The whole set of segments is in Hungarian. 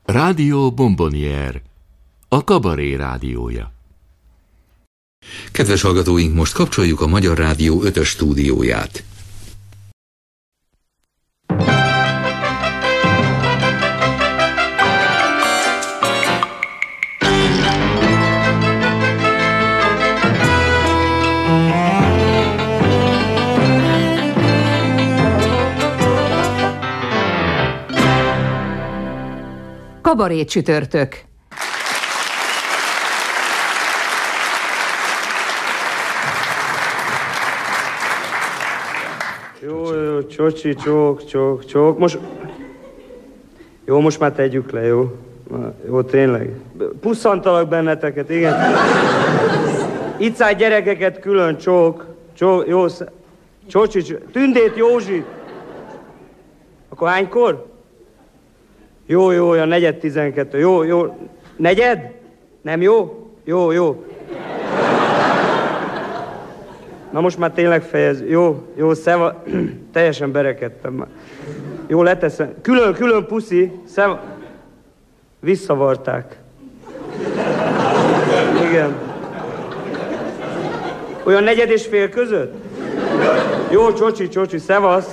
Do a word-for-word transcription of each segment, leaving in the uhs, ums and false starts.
Rádió Bombonier, a kabaré rádiója. Kedves hallgatóink, most kapcsoljuk a Magyar Rádió ötös stúdióját. Kabaré csütörtök. Jó, jó, csocsi, csók, csók, csók. Most... Jó, most már tegyük le, jó? Jó, tényleg. Pusszantalak benneteket, igen. Icágy gyerekeket külön, csók, csók, jó, csocsi, csók. Tündét, Józsi. Akkor hánykor? Jó, jó, a negyed tizenkettő. Jó, jó. Negyed? Nem jó? Jó, jó. Na most már tényleg fejez. Jó, jó, szeva. Teljesen berekedtem már. Jó, leteszem. Külön, külön puszi. Szeva. Visszavarták. Igen. Olyan negyed és fél között? Jó, csocsi, csocsi, szevasz.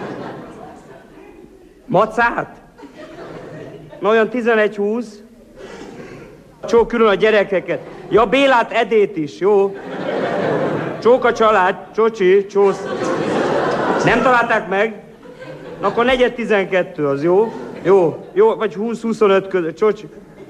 Macát? Na olyan tizenegy húsz. Csók külön a gyerekeket. Ja, Bélát, Edét is, jó? Csók a család, csocsi, csósz. Nem találták meg? Na akkor negyed tizenkettő az, jó? Jó, jó, vagy húsz-huszonöt között, csocsi.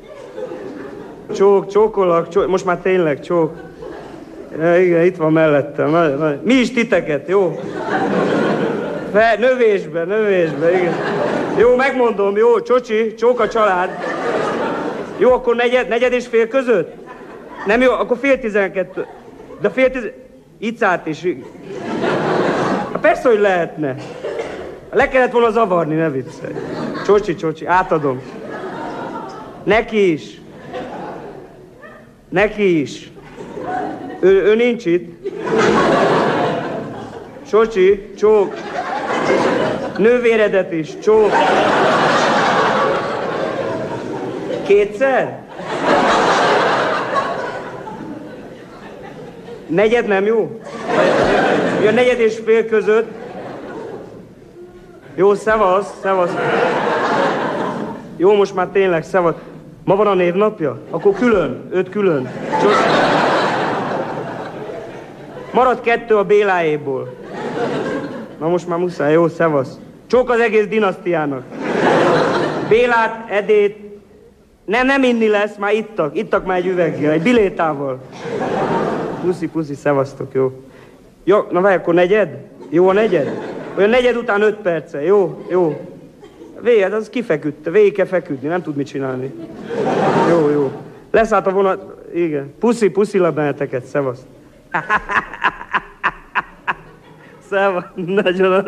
Csók, csókolak, csók, most már tényleg csók. Ja, igen, itt van mellettem. Mi is titeket, jó? Fe, növésbe, növésbe, igen. Jó, megmondom, jó, csocsi, csók a család. Jó, akkor negyed, negyed és fél között? Nem jó, akkor fél tizenkettő. De fél tizen... Icát is. Hát persze, hogy lehetne. Le kellett volna zavarni, ne viccelj. Csocsi, csocsi, átadom. Neki is. Neki is. Ő, ő nincs itt. Csocsi, csók. Nővéredet is, csók. Kétszer? Negyed nem jó? A negyed és fél között. Jó, szevasz, szevasz. Jó, most már tényleg szevasz. Ma van a névnapja? Akkor külön, öt külön. Csok. Marad kettő a Béláéból. Na most már muszáj, jó, szevasz. Csók az egész dinasztiának. Bélát, Edét. Nem, nem inni lesz, már ittak. Ittak már egy üveggel, egy bilétával. Puszi, puszi, szevasztok, jó. Jó, na várj, akkor negyed? Jó a negyed? Olyan negyed után öt perce, jó, jó. Véged, az kifeküdte, végig kell feküdni, nem tud mit csinálni. Jó, jó. Leszállt a vonat, igen. Puszi, puszilak benneteket, szevasz. Szevasz, nagyon...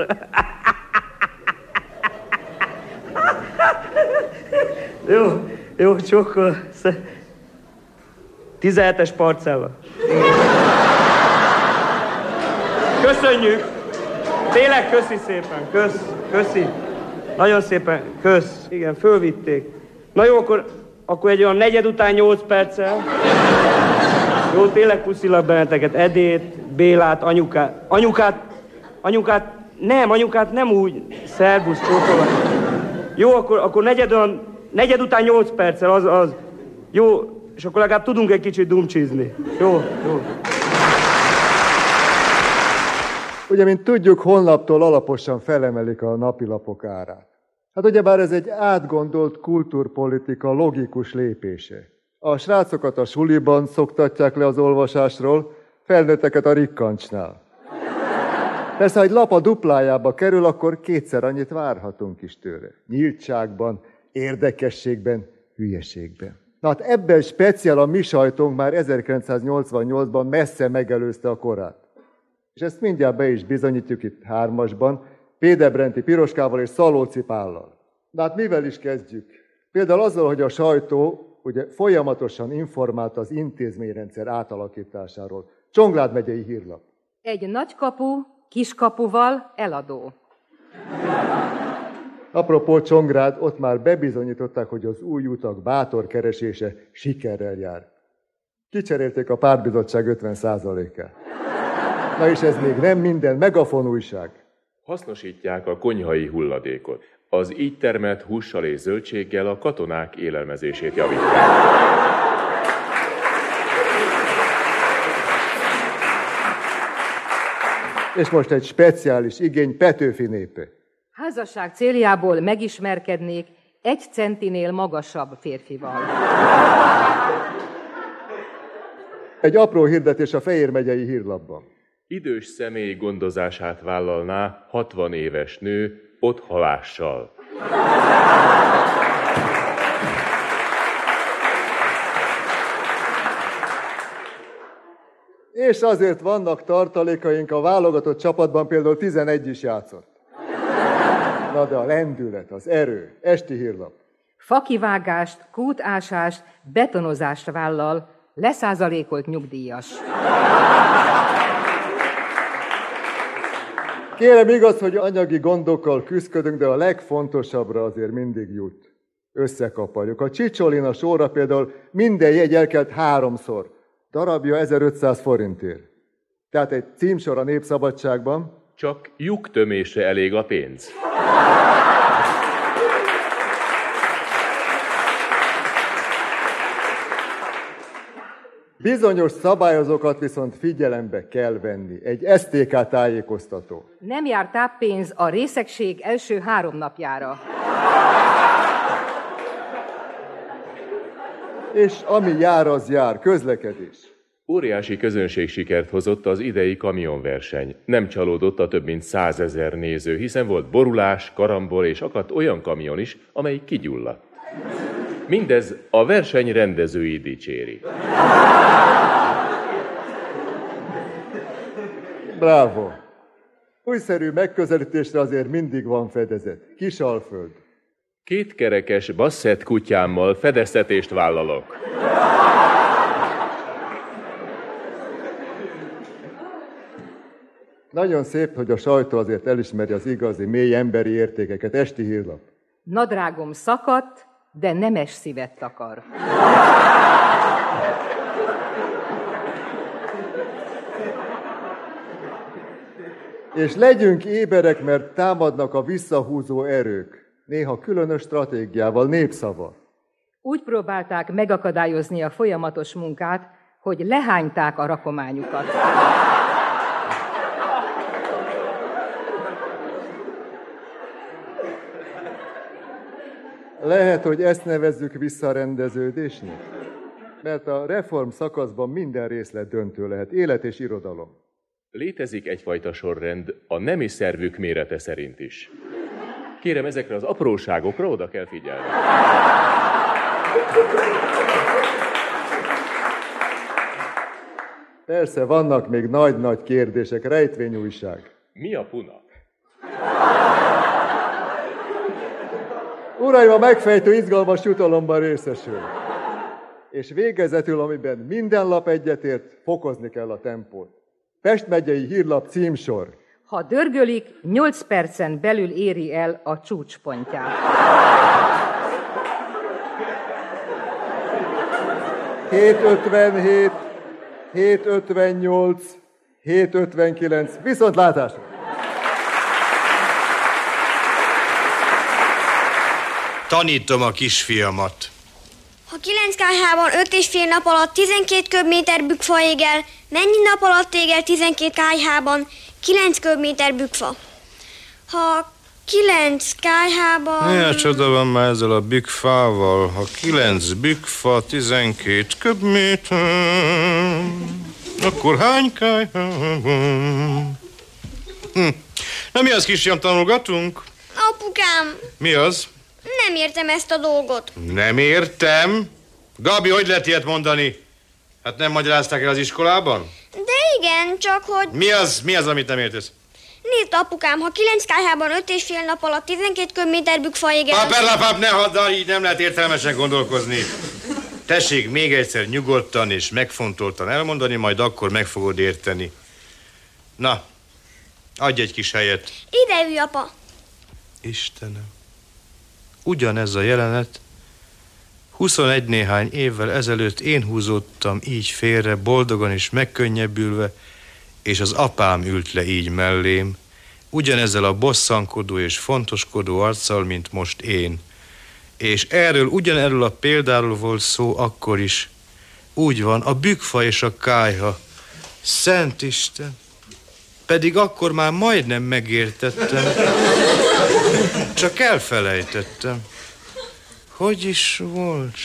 Jó, jó, csókol. tizenhetes parcella. Köszönjük! Tényleg köszi szépen, kösz, köszi. Nagyon szépen, kösz. Igen, fölvitték. Na jó, akkor, akkor egy olyan negyed után nyolc perccel. Jó, tényleg puszilak benneteket. Edét, Bélát, anyukát. Anyukát, anyukát, nem, anyukát nem úgy. Szerbusz, csókolak. Jó, akkor, akkor negyed, olyan, negyed után nyolc perccel, az, az. Jó, és akkor legalább tudunk egy kicsit dumcsizni. Jó, jó. Ugye, mint tudjuk, honlaptól alaposan felemelik a napilapok árát. Hát ugyebár ez egy átgondolt kultúrpolitika logikus lépése. A srácokat a suliban szoktatják le az olvasásról, felnőtteket a rikkancsnál. Persze, ha egy lap a duplájába kerül, akkor kétszer annyit várhatunk is tőle. Nyíltságban, érdekességben, hülyeségben. Na hát ebben speciál a mi sajtónk már ezerkilencszáznyolcvannyolcban messze megelőzte a korát. És ezt mindjárt be is bizonyítjuk itt hármasban, Pédebrenti Piroskával és Szalóci Pállal. Na hát mivel is kezdjük? Például azzal, hogy a sajtó ugye folyamatosan informált az intézményrendszer átalakításáról. Csongrád megyei hírlap. Egy nagykapu, kiskapuval eladó. Apropó Csongrád, ott már bebizonyították, hogy az új utak bátor keresése sikerrel jár. Kicserélték a pártbizottság ötven százalékát. Na és ez még nem minden, Megafon újság. Hasznosítják a konyhai hulladékot. Az így termelt hússal és zöldséggel a katonák élelmezését javítják. És most egy speciális igény Petőfi népe. Házasság céljából megismerkednék egy centinél magasabb férfival. Egy apró hirdetés a Fejér megyei hírlapban. Idős személy gondozását vállalná hatvan éves nő otthalással. És azért vannak tartalékaink, a válogatott csapatban például tizenegy is játszott. Na de a lendület, az erő, esti hírlap. Fakivágást, kútásást, betonozást vállal, leszázalékolt nyugdíjas. Kérem, igaz, hogy anyagi gondokkal küzdködünk, de a legfontosabbra azért mindig jut. Összekaparjuk. A Csicsolina sorra például minden jegy elkelt háromszor. Darabja ezerötszáz forintért. Tehát egy címsor a Népszabadságban. Csak lyuktömésre elég a pénz. Bizonyos szabályozókat viszont figyelembe kell venni. Egy es té ká tájékoztató. Nem jár táppénz a részegség első három napjára. És ami jár, az jár. Közlekedés. Óriási közönségsikert hozott az idei kamionverseny. Nem csalódott a több mint százezer néző, hiszen volt borulás, karambol és akadt olyan kamion is, amely kigyulladt. Mindez a verseny rendezői dicséri. Bravo! Újszerű megközelítésre azért mindig van fedezet. Kisalföld. Kétkerekes basszett kutyámmal fedeztetést vállalok. Nagyon szép, hogy a sajtó azért elismeri az igazi, mély emberi értékeket. Esti hírlap. Nadrágom szakadt, de nemes szívet takar. És legyünk éberek, mert támadnak a visszahúzó erők. Néha különös stratégiával, népszava. Úgy próbálták megakadályozni a folyamatos munkát, hogy lehányták a rakományukat. Lehet, hogy ezt nevezzük visszarendeződésnek? Mert a reform szakaszban minden részlet döntő lehet, élet és irodalom. Létezik egyfajta sorrend a nemi szervük mérete szerint is. Kérem, ezekre az apróságokra oda kell figyelni. Persze, vannak még nagy-nagy kérdések, rejtvényújság. Mi a puna? Uraim, a megfejtő izgalmas jutalomban részesül. És végezetül, amiben minden lap egyetért, fokozni kell a tempót. Pest megyei hírlap címsor. Ha dörgölik, nyolc percen belül éri el a csúcspontját. hét ötvenhét, hét ötvennyolc, hét ötvenkilenc. Viszontlátásra! Tanítom a kisfiamat. Ha kilenc kályhában öt és fél nap alatt tizenkét köbméter bükfa ég el, mennyi nap alatt ég el tizenkét kályhában kilenc köbméter bükfa? Ha kilenc kályhában... Milyen csoda van már ezzel a bükfával? Ha kilenc bükfa, tizenkét köbméter, akkor hány kályhában? Hm. Na mi az, kisfiam, tanulgatunk? Apukám! Mi az? Nem értem ezt a dolgot. Nem értem? Gabi, hogy lehet ilyet mondani? Hát nem magyarázták el az iskolában? De igen, csak hogy... Mi az, mi az, amit nem értesz? Nézd, apukám, ha kilenc kályhában öt és fél nap alatt tizenkét köbméter bükfa ég el... Paperlapap, ne hadd, így nem lehet értelmesen gondolkozni. Tessék még egyszer nyugodtan és megfontoltan elmondani, majd akkor meg fogod érteni. Na, adj egy kis helyet. Ide ülj, apa. Istenem. ugyanez a jelenet. Huszonegy néhány évvel ezelőtt én húzódtam így félre, boldogan és megkönnyebbülve, és az apám ült le így mellém, ugyanezzel a bosszankodó és fontoskodó arccal, mint most én. És erről, ugyanerről a példáról volt szó akkor is. Úgy van, a bükkfa és a kályha. Szent Isten! Pedig akkor már majdnem megértettem. Csak elfelejtettem. Hogy is volt?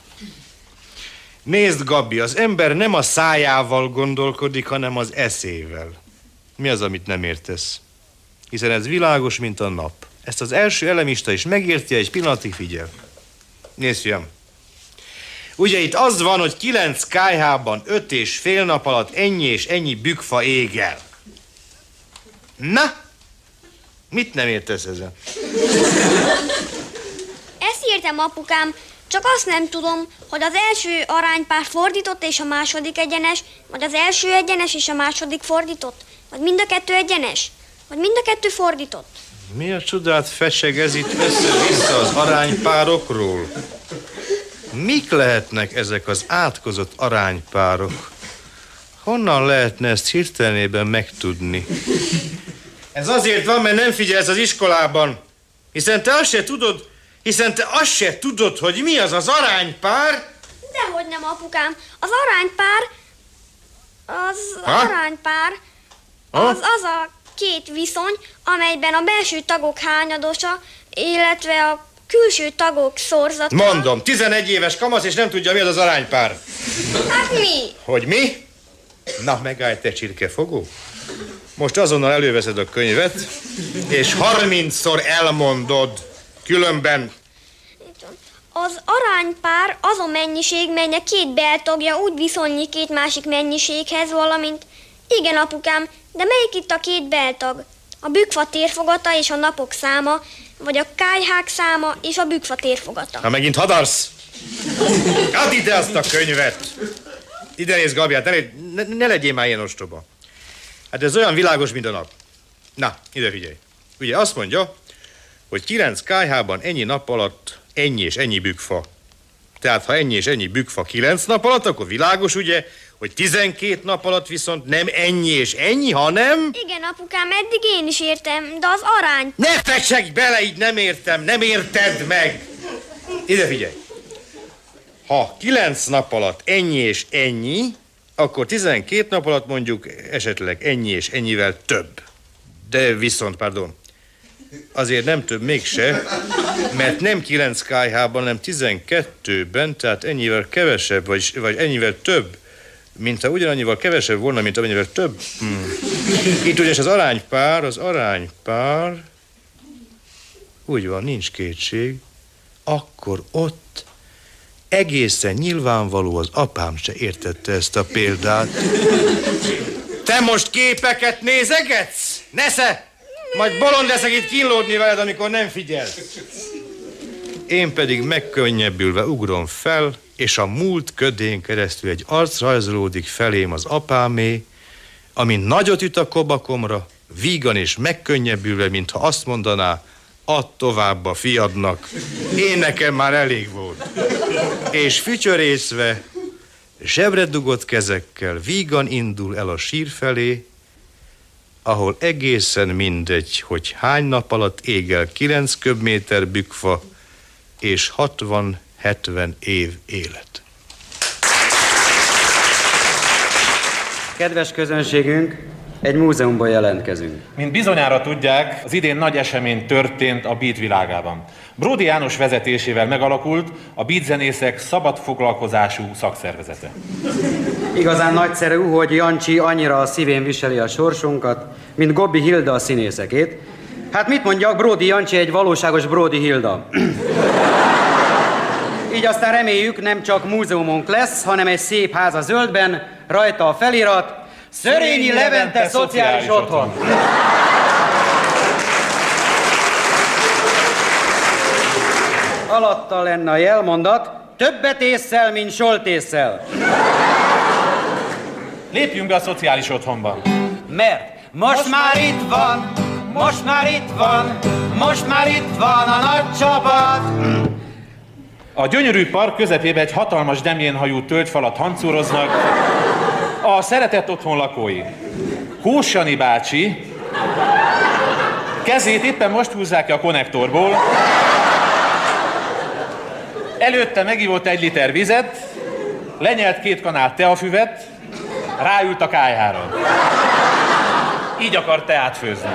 Nézd, Gabi, az ember nem a szájával gondolkodik, hanem az eszével. Mi az, amit nem értesz? Hiszen ez világos, mint a nap. Ezt az első elemista is megérti, egy pillanatig figyel. Nézd, fiam. Ugye itt az van, hogy kilenc kályhában öt és fél nap alatt ennyi és ennyi bükkfa ég el. Na? Mit nem értesz ezen? Ezt értem, apukám, csak azt nem tudom, hogy az első aránypár fordított és a második egyenes, vagy az első egyenes és a második fordított, vagy mind a kettő egyenes, vagy mind a kettő fordított. Mi a csodát feseg ez itt össze-vissza az aránypárokról? Mik lehetnek ezek az átkozott aránypárok? Honnan lehetne ezt hirtelenében megtudni? Ez azért van, mert nem figyelsz az iskolában. Hiszen te azt se tudod, hiszen te azt se tudod, hogy mi az az aránypár. Dehogy nem, apukám. Az aránypár, az ha? aránypár, az az a két viszony, amelyben a belső tagok hányadosa, illetve a külső tagok szorzata. Mondom, tizenegy éves kamasz, és nem tudja, mi az az aránypár. Hát mi? Hogy mi? Na, megállj, te csirkefogó. Most azonnal előveszed a könyvet, és harmincszor elmondod, különben... Az aránypár az a mennyiség, melynek két beltagja úgy viszonylik két másik mennyiséghez, valamint... Igen, apukám, de melyik itt a két beltag? A bükkfa térfogata és a napok száma, vagy a kályhák száma és a bükkfa térfogata? Ha megint hadarsz! Add ide azt a könyvet! Ide nézd, Gabi, hát ne, ne, ne legyél már ilyen ostoba. Hát ez olyan világos, mint a nap. Na, ide figyelj. Ugye azt mondja, hogy kilenc kályhában ennyi nap alatt ennyi és ennyi bükkfa. Tehát ha ennyi és ennyi bükkfa kilenc nap alatt, akkor világos, ugye, hogy tizenkét nap alatt viszont nem ennyi és ennyi, hanem... Igen, apukám, eddig én is értem, de az arány... Ne fecsegj bele, így nem értem, nem érted meg! Ide figyelj! Ha kilenc nap alatt ennyi és ennyi, akkor tizenkét nap alatt mondjuk esetleg ennyi és ennyivel több. De viszont, pardon, azért nem több mégse, mert nem kilenc kályhában, hanem tizenkettőben, tehát ennyivel kevesebb, vagy, vagy ennyivel több, mint ha ugyanannyival kevesebb volna, mint amennyivel több. Hmm. Itt ugyanis az aránypár, az aránypár, úgy van, nincs kétség, akkor ott egészen nyilvánvaló, az apám se értette ezt a példát. Te most képeket nézegetsz? Nesze! Majd bolond leszek itt kínlódni veled, amikor nem figyelsz. Én pedig megkönnyebbülve ugrom fel, és a múlt ködén keresztül egy arc rajzolódik felém az apámé, amint nagyot üt a kobakomra, vígan és megkönnyebbülve, mintha azt mondaná, add tovább a fiadnak, én nekem már elég volt. És fütyörészve, zsebre dugott kezekkel vígan indul el a sír felé, ahol egészen mindegy, hogy hány nap alatt ég el kilenc köbméter bükkfa és hatvan-hetven év élet. Kedves közönségünk, egy múzeumban jelentkezünk. Mint bizonyára tudják, az idén nagy esemény történt a beat világában. Bródi János vezetésével megalakult a beatzenészek szabad foglalkozású szakszervezete. Igazán nagyszerű, hogy Jancsi annyira a szívén viseli a sorsunkat, mint Gobbi Hilda a színészekét. Hát mit mondjak, Bródi Jancsi egy valóságos Bródi Hilda. Így aztán reméljük, nem csak múzeumunk lesz, hanem egy szép ház a zöldben, rajta a felirat, Szörényi Levente Szociális Otthon. Alatta lenne a jelmondat, többet ésszel, mint soltésszel. Lépjünk be a szociális otthonba. Mert most, most már itt van, most már itt van, most már itt van a nagy csapat. A gyönyörű park közepében egy hatalmas demjénhajú tölgyfalat hancúroznak a szeretett otthon lakói. Kósani bácsi kezét éppen most húzzák ki a konnektorból, előtte megivott egy liter vizet, lenyelt két kanál teafüvet, ráült a kályhára. Így akar teát főzni.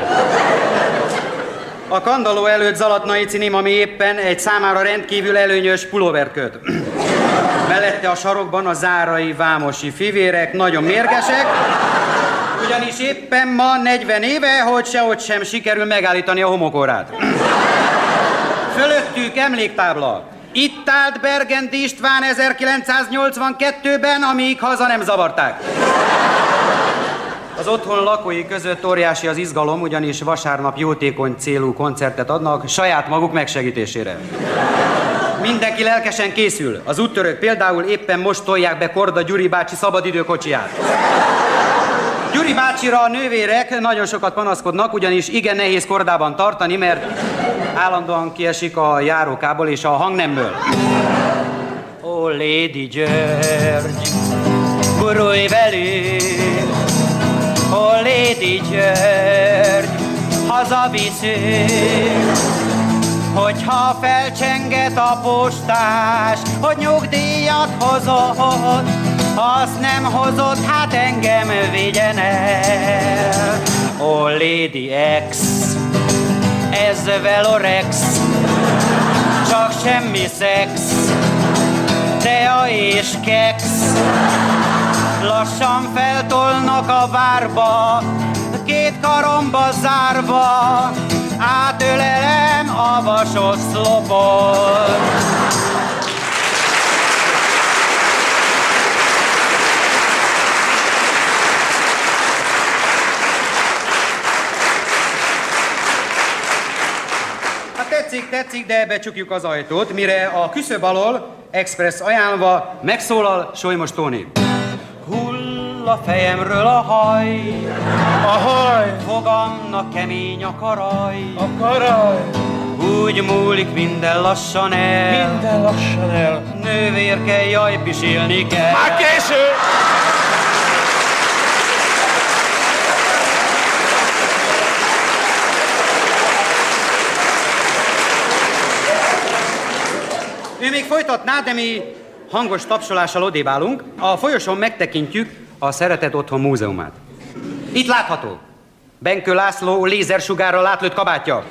A kandalló előtt Zalatnai cinim, ami éppen egy számára rendkívül előnyös pulóvert köt. Mellette a sarokban a zárai vámosi fivérek nagyon mérgesek, ugyanis éppen ma negyven éve, hogy sehogy sem sikerül megállítani a homokórát. Fölöttük emléktábla. Itt állt Bergendi István ezerkilencszáznyolcvankettőben, amíg haza nem zavarták. Az otthon lakói között óriási az izgalom, ugyanis vasárnap jótékony célú koncertet adnak saját maguk megsegítésére. Mindenki lelkesen készül. Az úttörők például éppen most tolják be Korda Gyuri bácsi szabadidőkocsiját. Gyuri bácsira a nővérek nagyon sokat panaszkodnak, ugyanis igen nehéz kordában tartani, mert állandóan kiesik a járókából és a hangnemből. Ó, Lady György, gurulj velünk! Ó, Lady György, hazaviszünk! Hogyha felcsenget a postás, hogy nyugdíjat hozott, azt nem hozott, hát engem vigyen el. Ó, Lady X, ez Velorex, csak semmi szex, tea és keksz. Lassan feltolnak a várba, két karomba zárva, átölelem a vasoszlopot. Hát tetszik, tetszik, de becsukjuk az ajtót, mire a küszöb alól, express ajánlva, megszólal Solymos Tóni. Hull a fejemről a haj, A haj, fogamnak kemény a karaj, a karaj, úgy múlik minden lassan el, minden lassan el. nővérke, jaj, pisilni kell. Már késő! Ő még folytatná, de mi hangos tapsolással odébb állunk. A folyosón megtekintjük a Szeretett Otthon múzeumát. Itt látható Benkő László lézersugárral átlőtt kabátja.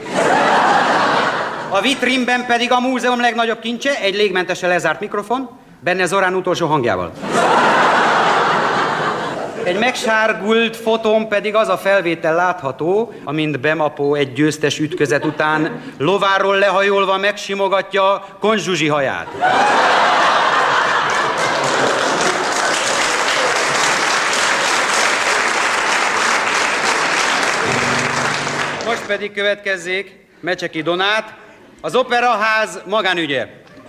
A vitrínben pedig a múzeum legnagyobb kincse, egy légmentesen lezárt mikrofon, benne Zorán utolsó hangjával. Egy megsárgult fotón pedig az a felvétel látható, amint Bemapó egy győztes ütközet után lováról lehajolva megsimogatja Konzsuzsi haját. Most pedig következzék Mecseki Donát, az Operaház magánügye.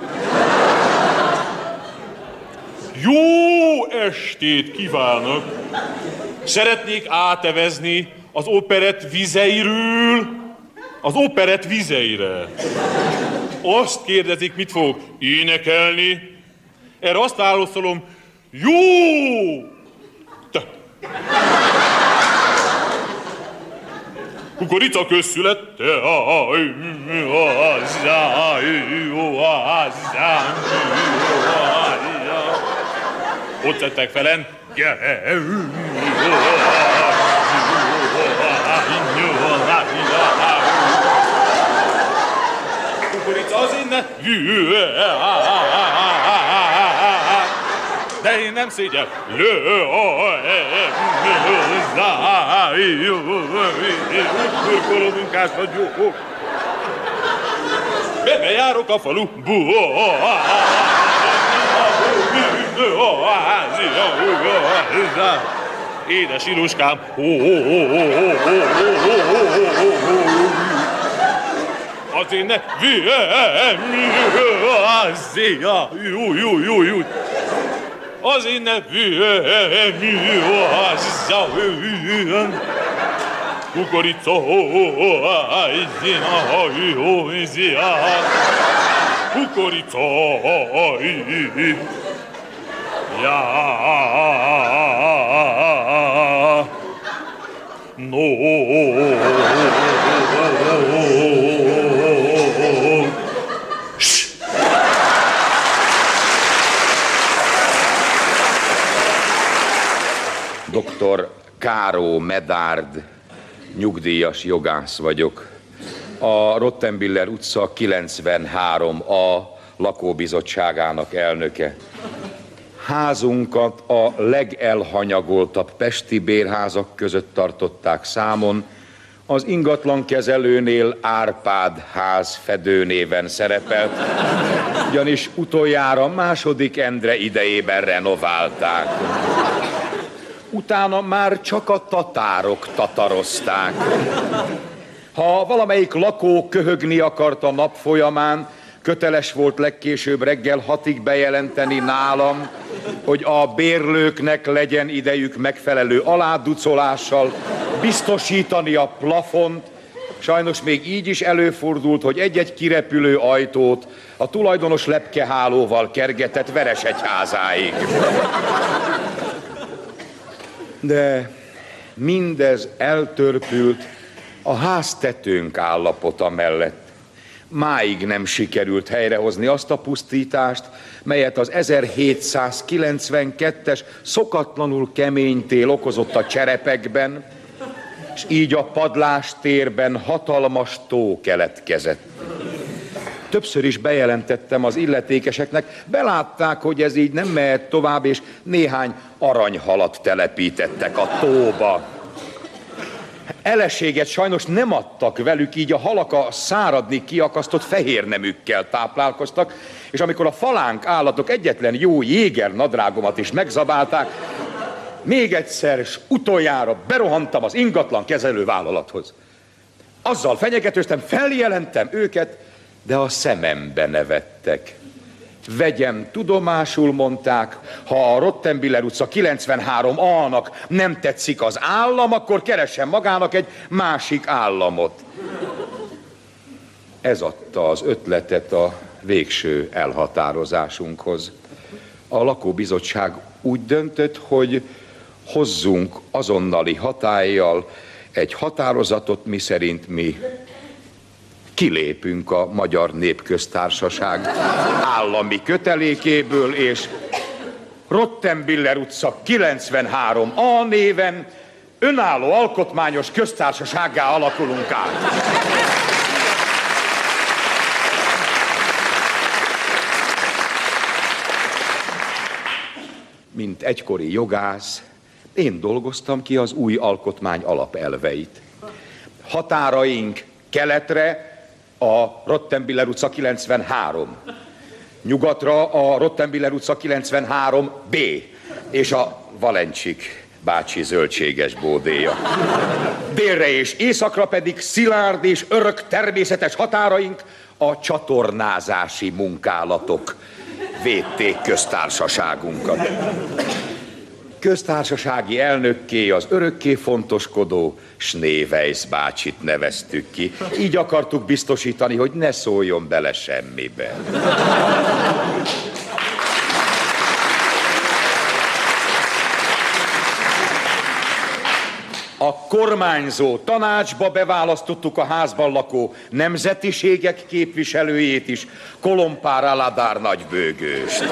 Jó estét kívánok! Szeretnék átevezni az operett vizeiről az operett vizeire. Azt kérdezik, mit fogok énekelni. Erre azt válaszolom, jó! Te. Kukorica közszülette, ott tettek felen. Kukorica az innen. De én nem szégyel. Körkoló munkás vagyok. Bejárok a falu. Édes Iluskám. Az én ne... Jó, jó, jó, jó. Az én ne... Kukorica, ho, ho, ho, a, izina, ha, i, ho, izi, a, kukorica, ha, i, i, i. Ja, no. doktor Káró Medárd, nyugdíjas jogász vagyok. A Rottenbiller utca kilencvenhárom A lakóbizottságának elnöke. Házunkat a legelhanyagoltabb pesti bérházak között tartották számon. Az ingatlankezelőnél Árpád ház fedőnéven szerepelt, ugyanis utoljára második Endre idejében renoválták. Utána már csak a tatárok tatarozták. Ha valamelyik lakó köhögni akart a nap folyamán, köteles volt legkésőbb reggel hatig bejelenteni nálam, hogy a bérlőknek legyen idejük megfelelő aláducolással biztosítani a plafont. Sajnos még így is előfordult, hogy egy-egy kirepülő ajtót a tulajdonos lepkehálóval kergetett Veresegyházáig. De mindez eltörpült a háztetőnk állapota mellett. Máig nem sikerült helyrehozni azt a pusztítást, melyet az ezerhétszázkilencvenkettes szokatlanul kemény tél okozott a cserepekben, és így a padlástérben hatalmas tó keletkezett. Többször is bejelentettem az illetékeseknek, belátták, hogy ez így nem mehet tovább, és néhány aranyhalat telepítettek a tóba. Eleséget sajnos nem adtak velük, így a halak a száradni kiakasztott fehérnemükkel táplálkoztak, és amikor a falánk állatok egyetlen jó jéger nadrágomat is megzabálták, még egyszer s utoljára berohantam az ingatlan kezelő vállalathoz. Azzal fenyegetőztem, feljelentem őket, de a szemembe nevettek. Vegyem tudomásul, mondták, ha a Rottenbiller utca kilencvenhárom A-nak nem tetszik az állam, akkor keressen magának egy másik államot. Ez adta az ötletet a végső elhatározásunkhoz. A lakóbizottság úgy döntött, hogy hozzunk azonnali hatállyal egy határozatot, miszerint mi kilépünk a Magyar Népköztársaság állami kötelékéből, és Rottenbiller utca kilencvenhárom A néven önálló alkotmányos köztársasággá alakulunk át. Mint egykori jogász, én dolgoztam ki az új alkotmány alapelveit. Határaink keletre a Rottenbiller utca kilencvenhárom, nyugatra a Rottenbiller utca kilencvenhárom B és a Valencsik bácsi zöldséges bódéja. Délre és északra pedig szilárd és örök természetes határaink, a csatornázási munkálatok védték köztársaságunkat. Köztársasági elnökké az örökké fontoskodó Schneeweis bácsit neveztük ki. Így akartuk biztosítani, hogy ne szóljon bele semmibe. A kormányzó tanácsba beválasztottuk a házban lakó nemzetiségek képviselőjét is, Kolompár Aladár nagybőgőst.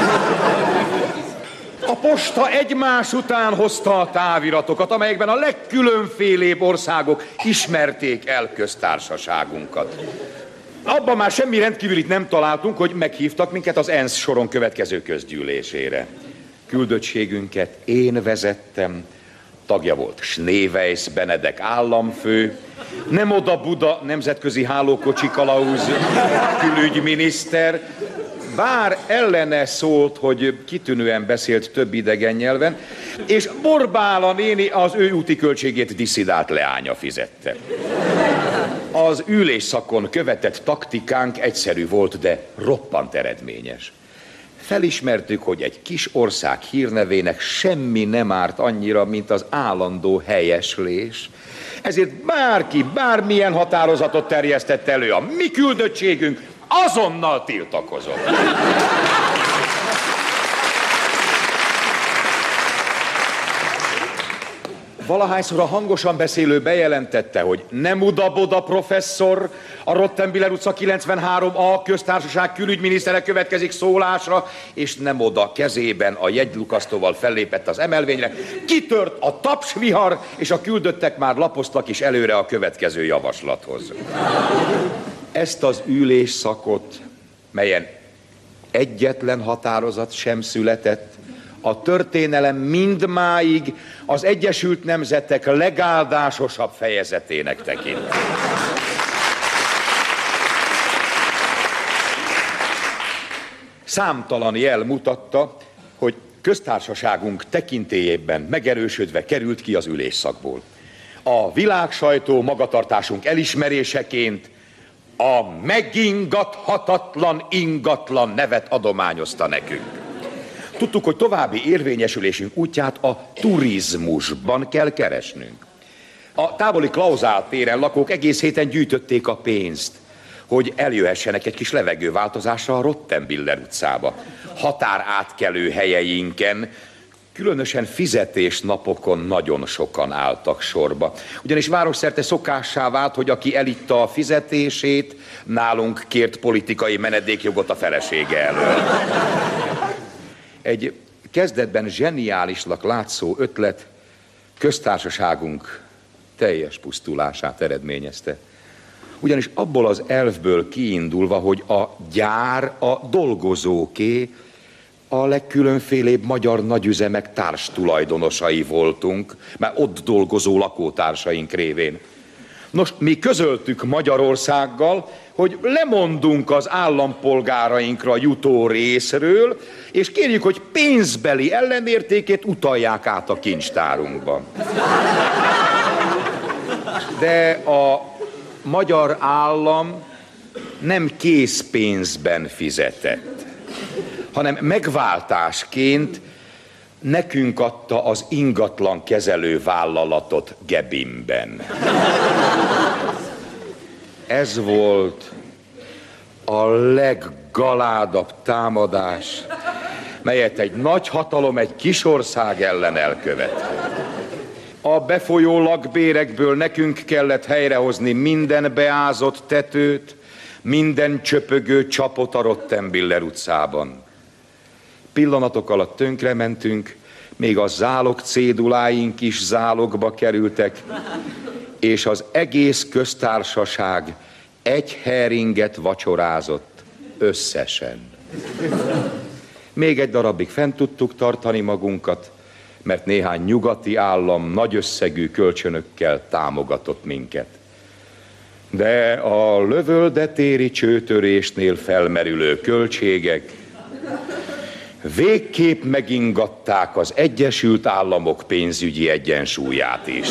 A posta egymás után hozta a táviratokat, amelyekben a legkülönfélébb országok ismerték el köztársaságunkat. Abban már semmi rendkívülit nem találtunk, hogy meghívtak minket az ENSZ soron következő közgyűlésére. Küldöttségünket én vezettem, tagja volt Schneeweis Benedek államfő, Nemoda Buda nemzetközi hálókocsi kalauz külügyminiszter, bár ellene szólt, hogy kitűnően beszélt több idegen nyelven, és Borbála néni az ő úti költségét disszidált leánya fizette. Az ülésszakon követett taktikánk egyszerű volt, de roppant eredményes. Felismertük, hogy egy kis ország hírnevének semmi nem árt annyira, mint az állandó helyeslés. Ezért bárki bármilyen határozatot terjesztett elő, a mi küldöttségünk azonnal tiltakozott. Valahányszor a hangosan beszélő bejelentette, hogy nem uda-boda professzor, a Rottenbiller utca kilencvenhárom A köztársaság külügyminisztere következik szólásra, és nem oda kezében a jegylukasztóval fellépett az emelvényre, kitört a tapsvihar, és a küldöttek már lapoztak is előre a következő javaslathoz. Ezt az ülésszakot, melyen egyetlen határozat sem született, a történelem mindmáig az Egyesült Nemzetek legáldásosabb fejezetének tekint. Számtalan jel mutatta, hogy köztársaságunk tekintélyében megerősödve került ki az ülésszakból. A világsajtó magatartásunk elismeréseként a megingathatatlan ingatlan nevet adományozta nekünk. Tudtuk, hogy további érvényesülésünk útját a turizmusban kell keresnünk. A távoli Klauzál téren lakók egész héten gyűjtötték a pénzt, hogy eljöhessenek egy kis levegőváltozásra a Rottenbiller utcába. Határátkelő helyeinken, különösen fizetésnapokon nagyon sokan álltak sorba. Ugyanis városszerte szokássá vált, hogy aki elitta a fizetését, nálunk kért politikai menedékjogot a felesége elől. Egy kezdetben zseniálisnak látszó ötlet köztársaságunk teljes pusztulását eredményezte. Ugyanis abból az elvből kiindulva, hogy a gyár a dolgozóké, a legkülönfélébb magyar nagyüzemek társtulajdonosai voltunk, mert ott dolgozó lakótársaink révén. Nos, mi közöltük Magyarországgal, hogy lemondunk az állampolgárainkra jutó részről, és kérjük, hogy pénzbeli ellenértékét utalják át a kincstárunkba. De a magyar állam nem készpénzben fizetett, hanem megváltásként nekünk adta az ingatlan kezelő vállalatot Gebimben. Ez volt a leggaládabb támadás, melyet egy nagy hatalom egy kis ország ellen elkövetett. A befolyó lakbérekből nekünk kellett helyrehozni minden beázott tetőt, minden csöpögő csapot a Rottenbiller utcában. Pillanatok alatt tönkrementünk, még a zálog céduláink is zálogba kerültek, és az egész köztársaság egy heringet vacsorázott összesen. Még egy darabig fent tudtuk tartani magunkat, mert néhány nyugati állam nagy összegű kölcsönökkel támogatott minket. De a lövöldetéri csőtörésnél felmerülő költségek végképp megingatták az Egyesült Államok pénzügyi egyensúlyát is.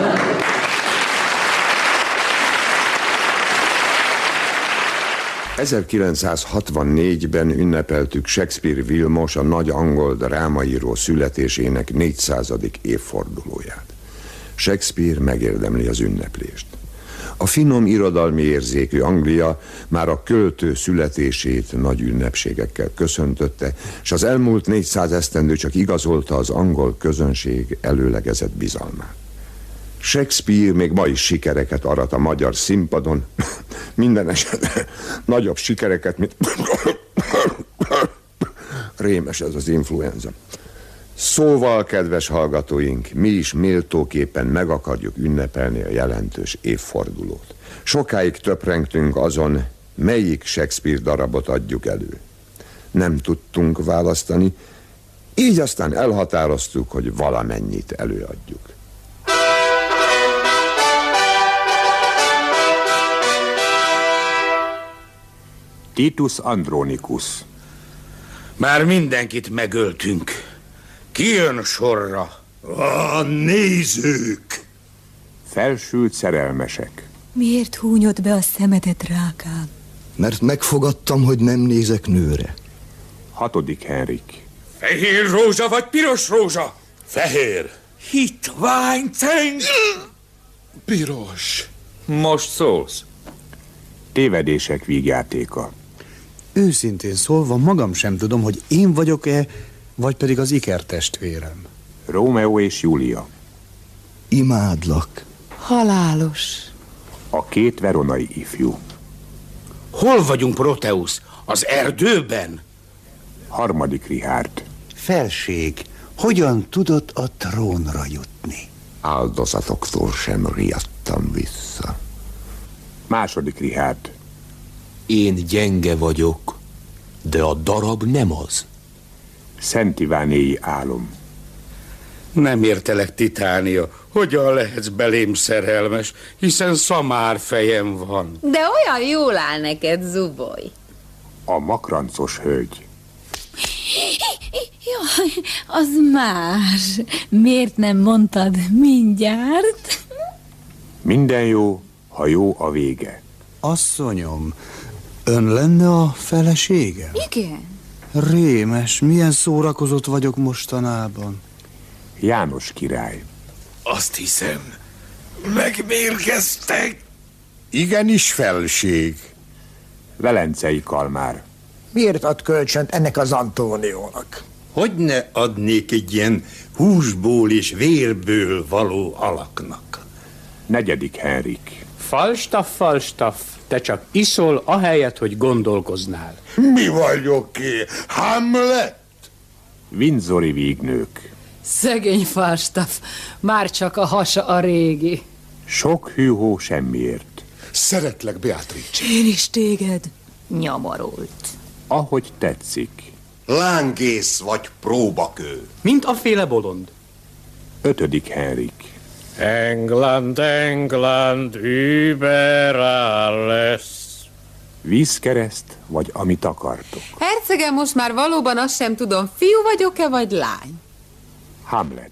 ezerkilencszázhatvannégyben ünnepeltük Shakespeare Vilmos, a nagy angol drámaíró születésének négyszázadik évfordulóját. Shakespeare megérdemli az ünneplést. A finom irodalmi érzékű Anglia már a költő születését nagy ünnepségekkel köszöntötte, és az elmúlt négyszáz esztendő csak igazolta az angol közönség előlegezett bizalmát. Shakespeare még ma is sikereket arat a magyar színpadon, minden esetre nagyobb sikereket, mint... Rémes ez az influenza. Szóval, kedves hallgatóink, mi is méltóképpen meg akarjuk ünnepelni a jelentős évfordulót. Sokáig töprengtünk azon, melyik Shakespeare darabot adjuk elő. Nem tudtunk választani, így aztán elhatároztuk, hogy valamennyit előadjuk. Titus Andronicus. Már mindenkit megöltünk. Ki jön sorra? A nézők. Felsült szerelmesek. Miért húnyod be a szemedet, drágám? Mert megfogadtam, hogy nem nézek nőre. Hatodik Henrik. Fehér rózsa vagy piros rózsa? Fehér. Hitvány ceng. Piros. Most szólsz. Tévedések vígjátéka. Őszintén szólva magam sem tudom, hogy én vagyok-e, vagy pedig az ikertestvérem. Rómeó és Júlia. Imádlak. Halálos. A két veronai ifjú. Hol vagyunk, Proteusz? Az erdőben? Harmadik Richárd. Felség, hogyan tudott a trónra jutni? Áldozatoktól sem riadtam vissza. Második Richárd. Én gyenge vagyok, de a darab nem az. Szent Ivánéi álom. Nem értelek, Titánia. Hogyan lehetsz belém szerelmes, hiszen szamár fejem van. De olyan jól áll neked, Zuboly. A makrancos hölgy. Jaj, az más. Miért nem mondtad mindjárt? Minden jó, ha jó a vége. Asszonyom, ön lenne a felesége? Igen. Rémes, milyen szórakozott vagyok mostanában. János király. Azt hiszem, megmérgeztek. Igenis, felség. Velencei Kalmár. Miért ad kölcsönt ennek az Antóniónak? Hogy ne adnék egy ilyen húsból és vérből való alaknak? Negyedik Henrik. Falstaff, Falstaff, te csak iszol ahelyett, hogy gondolkoznál. Mi vagyok én? Hamlet? Windsori vígnők. Szegény Falstaff, már csak a hasa a régi. Sok hűhó semmiért. Szeretlek, Beatrice. Én is téged. Nyamarolt. Ahogy tetszik. Lángész vagy próbakő. Mint a féle bolond. Ötödik Henrik. England, England, über alles. Vízkereszt, vagy amit akartok. Hercegem, most már valóban azt sem tudom, fiú vagyok-e, vagy lány? Hamlet.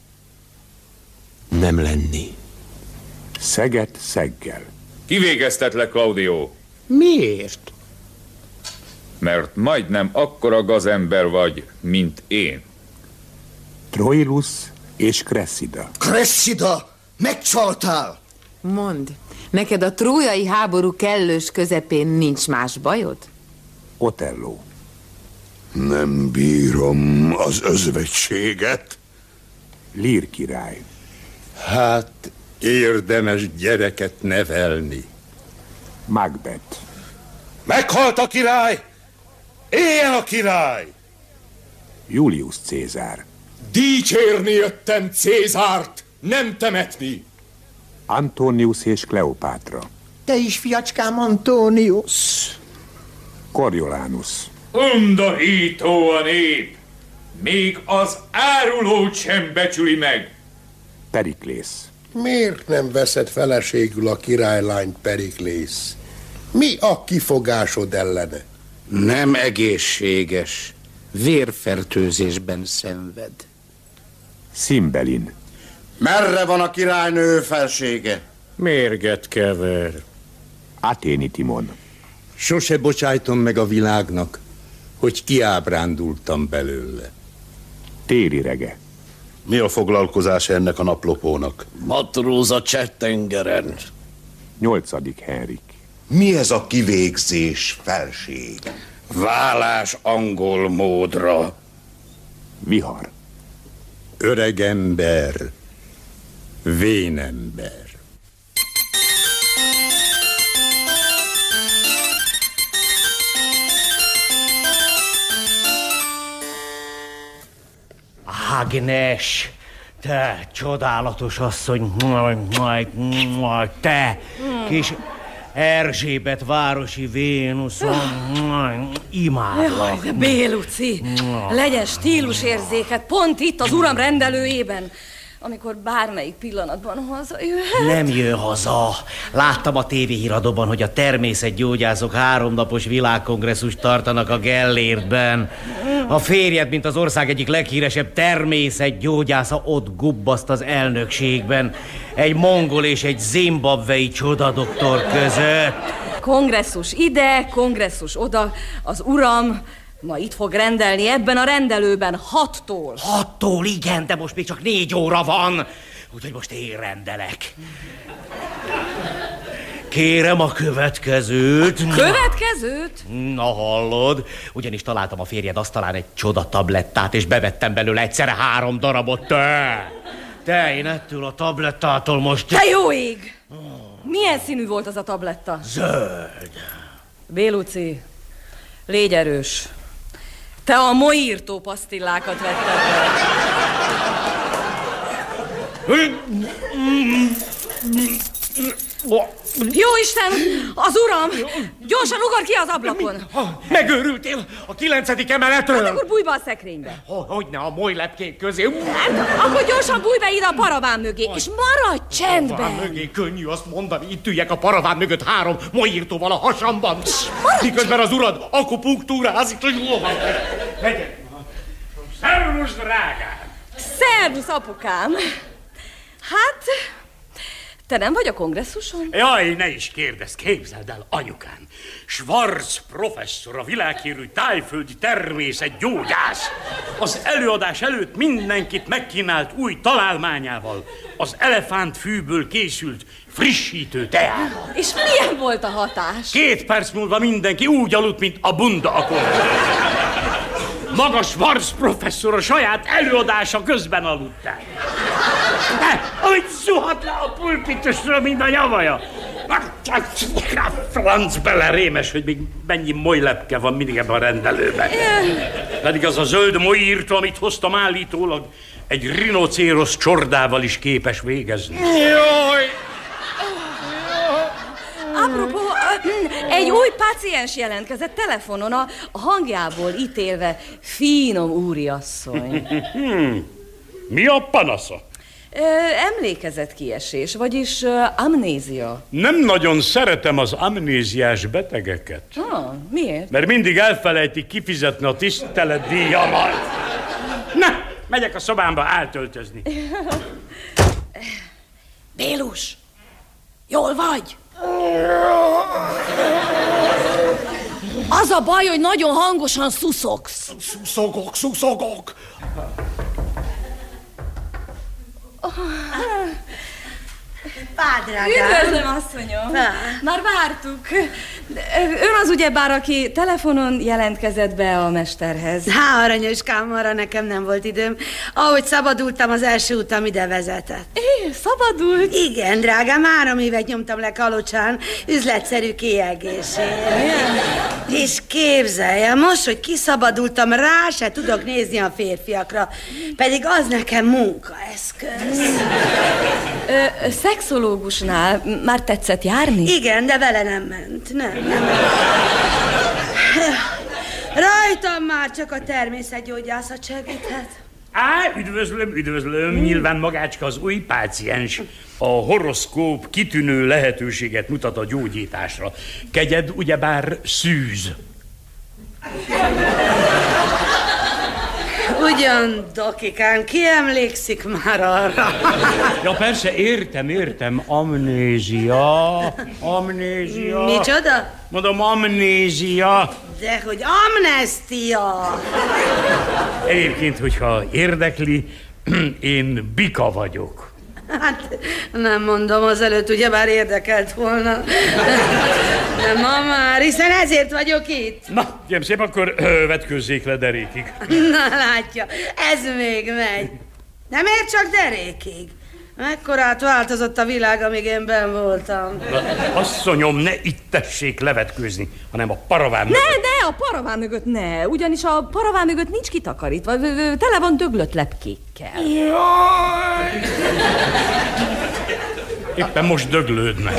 Nem lenni. Szeget szeggel. Kivégeztetlek, Claudio. Miért? Mert majdnem akkora gazember vagy, mint én. Troilus és Cressida. Cressida, megcsaltál! Mondd, neked a trójai háború kellős közepén nincs más bajod? Otello. Nem bírom az özvegységet. Lír király. Hát érdemes gyereket nevelni. Macbeth. Meghalt a király! Éljen a király! Julius Cézár. Dicsérni jöttem Cézárt, nem temetni! Antonius és Kleopátra. Te is, fiacskám, Antonius. Coriolanus. Undorító a nép! Még az árulót sem becsüli meg! Periklész. Miért nem veszed feleségül a királylányt, Periklész? Mi a kifogásod ellene? Nem egészséges. Vérfertőzésben szenved. Cymbeline. Merre van a királynő felsége? Mérget kever. Athéni Timon. Sose bocsájtom meg a világnak, hogy kiábrándultam belőle. Téli Rege. Mi a foglalkozása ennek a naplopónak? Matróz a csettengeren. Nyolcadik Henrik. Mi ez a kivégzés, felség? Válás angol módra. Vihar. Öregember, vénember. Ágnes, te csodálatos asszony, te kis Erzsébet városi Vénuszom, imádlak. Jaj, Béluci, legyen stílusérzéket pont itt az uram rendelőjében, amikor bármelyik pillanatban hazajöhet. Nem jön haza. Láttam a tévéhíradóban, hogy a természetgyógyászok háromnapos világkongresszust tartanak a Gellértben. A férjed, mint az ország egyik leghíresebb természetgyógyásza, ott gubbaszt az elnökségben. Egy mongol és egy zimbabvei csodadoktor között. Kongresszus ide, kongresszus oda, az uram Ma itt fog rendelni ebben a rendelőben hattól. Hattól, igen, de most még csak négy óra van. Úgyhogy most én rendelek. Kérem a következőt. Következőt? Na hallod, ugyanis találtam a férjed asztalán egy csoda tablettát, és bevettem belőle egyszerre három darabot. Te, te, én ettől a tablettától most... Te jó ég! Milyen színű volt az a tabletta? Zöld. Béluci, légy erős. Te a moírtó pasztillákat vetted be. Jóisten, az uram! Gyorsan ugor ki az ablakon! Megőrültél a kilencedik emeletről? Hát akkor bújj be a szekrénybe. Hogyne, a molylepkék közé. Hát, akkor gyorsan bújj be ide a paraván mögé, és maradj csendben! Paraván mögé könnyű azt mondani, itt üljek a paraván mögött három molyírtóval a hasamban. Miközben az urad akupunktúrázik. Megyek. Szervusz, drágám! Szervusz, apukám! Hát... Te nem vagy a kongresszuson? Jaj, ne is kérdezz, képzeld el, anyukám. Schwarz professzor, a világhírű tájföldi természetgyógyász. Az előadás előtt mindenkit megkínált új találmányával. Az elefántfűből készült frissítő teával. És milyen volt a hatás? Két perc múlva mindenki úgy aludt, mint a bunda akor. Maga Schwarz professzor a saját előadása közben aludt el. De, ahogy zuhat le a pulpitusra, mint a nyavaja. Franc bele rémes, hogy még mennyi molylepke van mindig ebben a rendelőben. Pedig az a zöld molyírtó, amit hoztam állítólag, egy rinocérosz csordával is képes végezni. Jaj! Apropó, egy új páciens jelentkezett telefonon, a hangjából ítélve finom úriasszony. Mi a panasza? Emlékezetkiesés, vagyis uh, amnézia. Nem nagyon szeretem az amnéziás betegeket. Ah, miért? Mert mindig elfelejtik kifizetni a tiszteletdíjamat. Na, megyek a szobámba átöltözni. Bélus, jól vagy? Az a baj, hogy nagyon hangosan szuszogsz. Szuszogok, szuszogok. Pá, drágám. Üdvözlöm, asszonyom. Pá. Már vártuk. Ön az ugyebár, aki telefonon jelentkezett be a mesterhez. Há, aranyoskám, arra nekem nem volt időm. Ahogy szabadultam, az első utam ide vezetett. É, szabadult? Igen, drágám, három évet nyomtam le Kalocsán üzletszerű kiegészségért. És képzelje, most, hogy kiszabadultam, rá se tudok nézni a férfiakra. Pedig az nekem munkaeszköz. Ö, szexológusnál már tetszett járni? Igen, de vele nem ment. Nem, nem. Rajtam már csak a természetgyógyászat segíthet. Á, üdvözlöm, üdvözlöm, nyilván magácska az új páciens. A horoszkóp kitűnő lehetőséget mutat a gyógyításra. Kegyed ugyebár szűz. Ugyan, dokikám, ki emlékszik már arra? Ja, persze, értem, értem, amnézia, amnézia. Micsoda? Mondom, amnézia. De hogy amnestia. Egyébként, hogyha érdekli, én Bika vagyok. Hát nem mondom, azelőtt ugyebár érdekelt volna. De ma már, hiszen ezért vagyok itt. Na, gyem szép, akkor ö, vetkőzzék le derékig. Na látja, ez még megy. Nem ér csak derékig. Mekkorát változott a világ, amíg én benn voltam. Na, asszonyom, ne itt tessék levetkőzni, hanem a paraván mögött. Ne, ne, a paraván mögött ne. Ugyanis a paraván mögött nincs kitakarítva. Tele van döglött lepkékkel. Jaj! Éppen most döglődnek.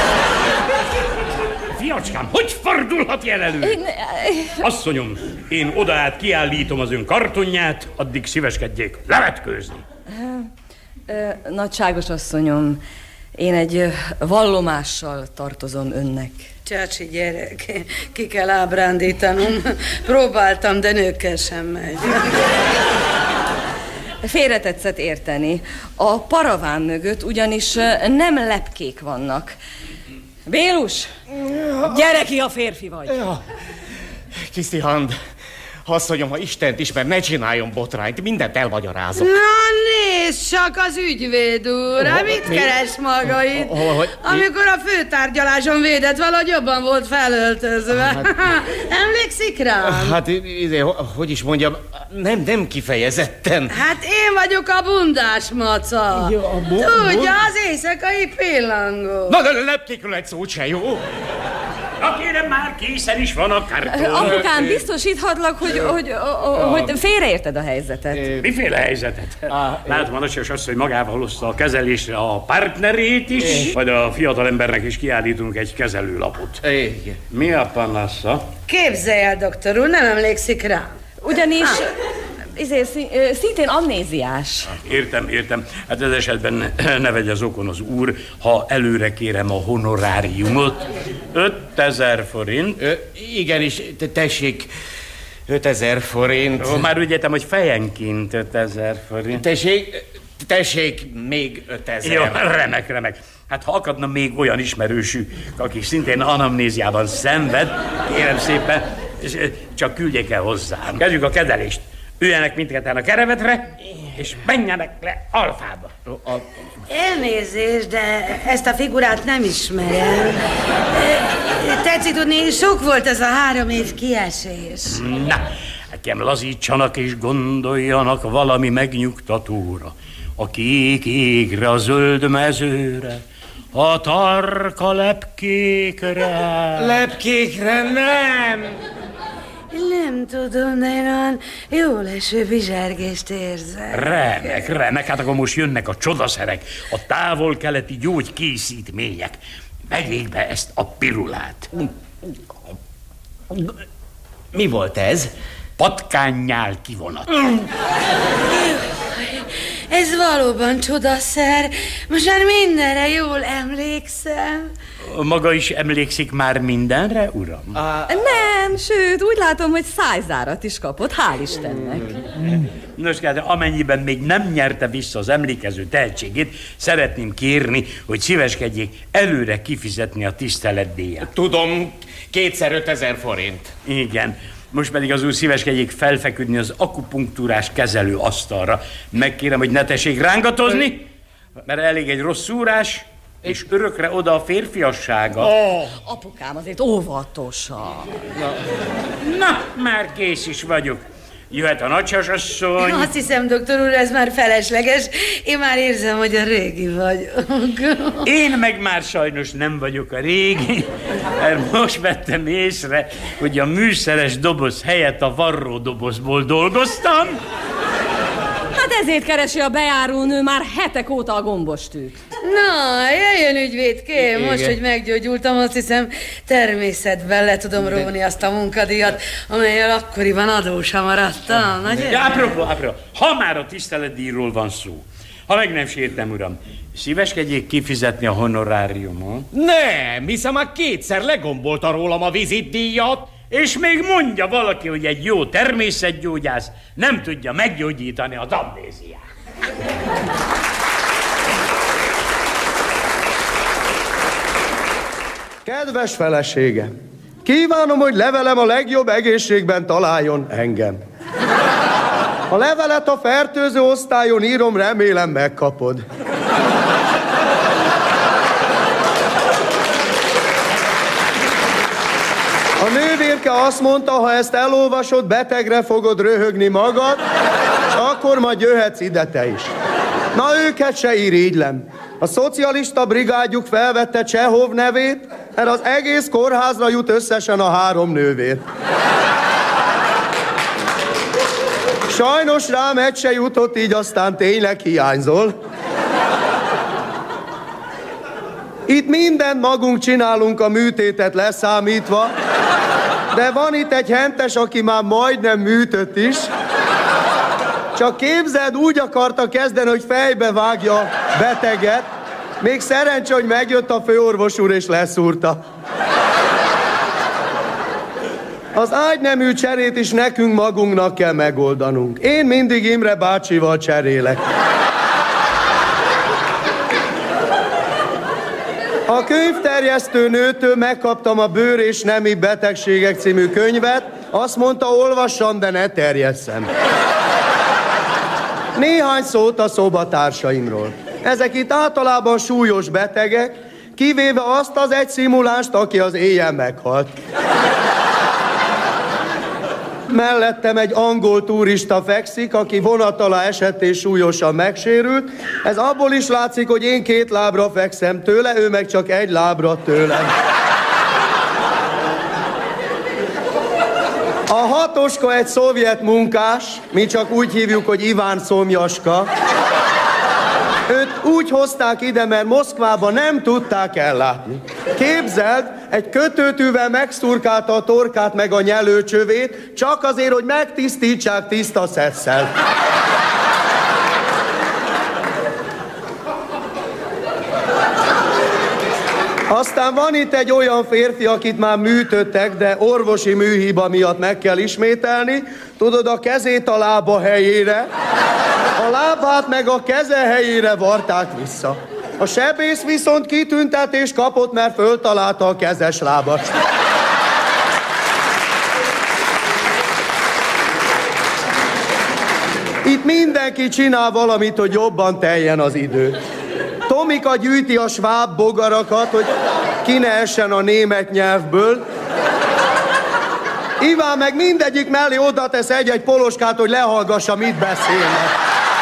Fiacskám, hogy fordulhat ilyen elő? Én... Asszonyom, én odaát kiállítom az ön kartonját, addig szíveskedjék levetkőzni. Nagyságos asszonyom, én egy vallomással tartozom önnek. Csácsi gyerek, ki kell ábrándítanom. Próbáltam, de nőkkel sem megy. Félretetszett érteni. A paraván mögött ugyanis nem lepkék vannak. Bélus, gyere ki, a férfi vagy. Ja. Tiszti Hand, Asszonyom, ha Istent ismer, ne csináljon botrányt, mindent elmagyarázok. Na nézd csak az ügyvéd úr, hát mit mi? keres maga itt? Amikor a főtárgyaláson védett, valahogy jobban volt felöltözve. Hát, emlékszik rám? Hát, izé, hogy is mondjam, nem, nem kifejezetten. Hát én vagyok a bundás maca. Ja, a bu- Tudja, az éjszakai pillangó. Na, de lepkékről egy szót se, jó? Na kérem, már készen is van a karton. Apukám, biztosíthatlak, hogy, hogy, hogy félreérted a helyzetet. Miféle helyzetet? Látom, a nagyságos asszony magával hozta a kezelésre a partnerét is, vagy a fiatalembernek is kiállítunk egy kezelőlapot. Mi a panasza? Képzelj el, doktor úr, nem emlékszik rá. Ugyanis... Ezért szintén amnéziás. Értem, értem. Hát ez esetben ne vegye zokon az úr, ha előre kérem a honoráriumot. ötezer forint. Ö, igenis, te tessék, ötezer forint. Ó, már úgy értem, hogy fejenként ötezer forint. Tessék, tessék, még ötezer. Jó, remek, remek. Hát ha akadna még olyan ismerősük, aki szintén anamnéziában szenved, kérem szépen, csak küldjék el hozzám. Kezdjük a kezelést. Üljenek mindketten a kerevetre, és menjenek le alfába. Elnézést, de ezt a figurát nem ismerem. Tetszik tudni, sok volt ez a három év kiesés. Na, nekem lazítsanak és gondoljanak valami megnyugtatóra. A kék égre, a zöld mezőre, a tarka lepkékre. Lepkékre nem! Nem tudom, de én olyan jól eső bizsergést érzem. Remek, remek, hát akkor most jönnek a csodaszerek, a távol-keleti gyógykészítmények. Vegyék be ezt a pirulát. Mi volt ez? Patkánnyál kivonat. Ez valóban csodaszer. Most már mindenre jól emlékszem. Maga is emlékszik már mindenre, uram? A... Nem, sőt, úgy látom, hogy szájzárat is kapott, hál' Istennek. Nos, de amennyiben még nem nyerte vissza az emlékező tehetségét, szeretném kérni, hogy szíveskedjék előre kifizetni a tiszteletdíjat. Tudom, kétszer ötezer forint. Igen. Most pedig az úr szíveskedjék felfeküdni az akupunktúrás kezelő asztalra. Megkérem, hogy ne tessék rángatozni, mert elég egy rossz szúrás, és örökre oda a férfiassága. Oh. Apukám, azért óvatosan. Na. Na, már kész is vagyok. Jöhet a nagysasasszony. Azt hiszem, doktor úr, ez már felesleges. Én már érzem, hogy a régi vagyok. Én meg már sajnos nem vagyok a régi, mert most vettem észre, hogy a műszeres doboz helyett a varró dobozból dolgoztam. Hát ezért keresi a bejárónő már hetek óta a gombostűt. Na, jöjjön ügyvédkém, most, hogy meggyógyultam, azt hiszem természetben le tudom róni azt a munkadíjat, amellyel akkoriban adósa maradtam. Ja, apropó, apropó, ha már a tiszteletdíjról van szó, ha meg nem sértem, uram, szíveskedjék kifizetni a honoráriumot? Nem, hiszen már kétszer legombolta rólam a vizitdíjat. És még mondja valaki, hogy egy jó természetgyógyász nem tudja meggyógyítani az amnéziát. Kedves feleségem, kívánom, hogy levelem a legjobb egészségben találjon engem. A levelet a fertőző osztályon írom, remélem megkapod. A nővérke azt mondta, ha ezt elolvasod, betegre fogod röhögni magad, és akkor majd jöhetsz ide te is. Na, őket se irigylem. A szocialista brigádjuk felvette Csehov nevét, mert az egész kórházra jut összesen a három nővér. Sajnos rám egy se jutott, így aztán tényleg hiányzol. Itt mindent magunk csinálunk, a műtétet leszámítva, de van itt egy hentes, aki már majdnem műtött is. Csak képzeld, úgy akarta kezdeni, hogy fejbe vágja a beteget. Még szerencsé, hogy megjött a főorvos úr és leszúrta. Az ágynemű cserét is nekünk magunknak kell megoldanunk. Én mindig Imre bácsival cserélek. A könyvterjesztő nőtől megkaptam a Bőr és nemi betegségek című könyvet, azt mondta, olvassam, de ne terjesszem. Néhány szót a szobatársaimról. Ezek itt általában súlyos betegek, kivéve azt az egy szimulást, aki az éjjel meghalt. Mellettem egy angol turista fekszik, aki vonat alá esett és súlyosan megsérült. Ez abból is látszik, hogy én két lábra fekszem tőle, ő meg csak egy lábra tőlem. A hatoska egy szovjet munkás, mi csak úgy hívjuk, hogy Iván Szomjaska. Őt úgy hozták ide, mert Moszkvában nem tudták ellátni. Képzeld, egy kötőtűvel megszurkálta a torkát meg a nyelőcsövét, csak azért, hogy megtisztítsák tiszta szesszel. Aztán van itt egy olyan férfi, akit már műtöttek, de orvosi műhiba miatt meg kell ismételni. Tudod, a kezét a lába helyére, a lábát meg a keze helyére varták vissza. A sebész viszont kitüntetést kapott, mert föltalálta a kezes lábast. Itt mindenki csinál valamit, hogy jobban teljen az idő. Tomika gyűjti a sváb bogarakat, hogy ki ne essen a német nyelvből. Iván meg mindegyik mellé oda tesz egy-egy poloskát, hogy lehallgassa, mit beszélnek.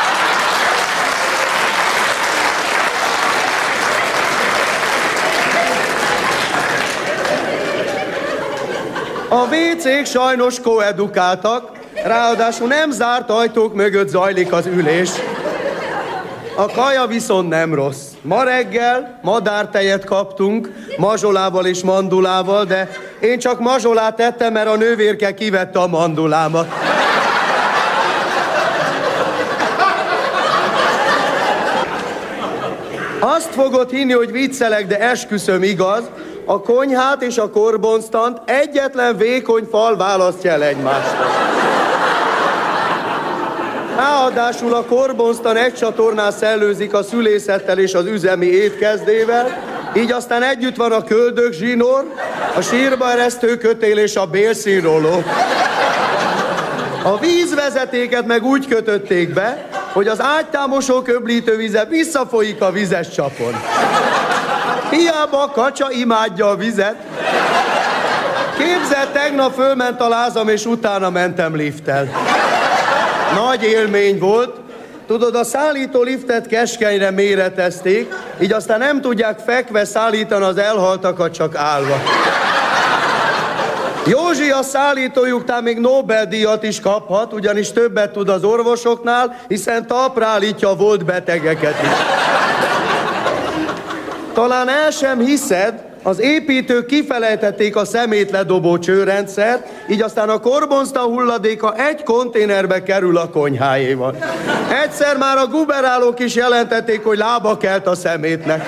A vécék sajnos koedukáltak, ráadásul nem zárt ajtók mögött zajlik az ülés. A kaja viszont nem rossz. Ma reggel madártejet kaptunk, mazsolával és mandulával, de én csak mazsolát tettem, mert a nővérke kivette a mandulámat. Azt fogod hinni, hogy viccelek, de esküszöm, igaz, a konyhát és a korbonztant egyetlen vékony fal választja el egymástól. Ráadásul a korbonztan egy csatornán szellőzik a szülészettel és az üzemi étkezdével, így aztán együtt van a köldögzsinór, a sírba eresztő kötél és a bélszínróló. A vízvezetéket meg úgy kötötték be, hogy az ágytámosó köblítővize visszafolyik a vizes csapon. Hiába a kacsa imádja a vizet. Képzeld, tegnap fölment a lázam, és utána mentem lifttel. Nagy élmény volt. Tudod, a szállító liftet keskenyre méretezték, így aztán nem tudják fekve szállítani az elhaltakat, csak állva. Józsi, a szállítójuk talán még Nobel-díjat is kaphat, ugyanis többet tud az orvosoknál, hiszen talpra állítja a volt betegeket is. Talán el sem hiszed, az építők kifelejtették a szemétledobó csőrendszert, így aztán a korbonzta hulladéka egy konténerbe kerül a konyhájéval. Egyszer már a guberálók is jelentették, hogy lába kelt a szemétnek.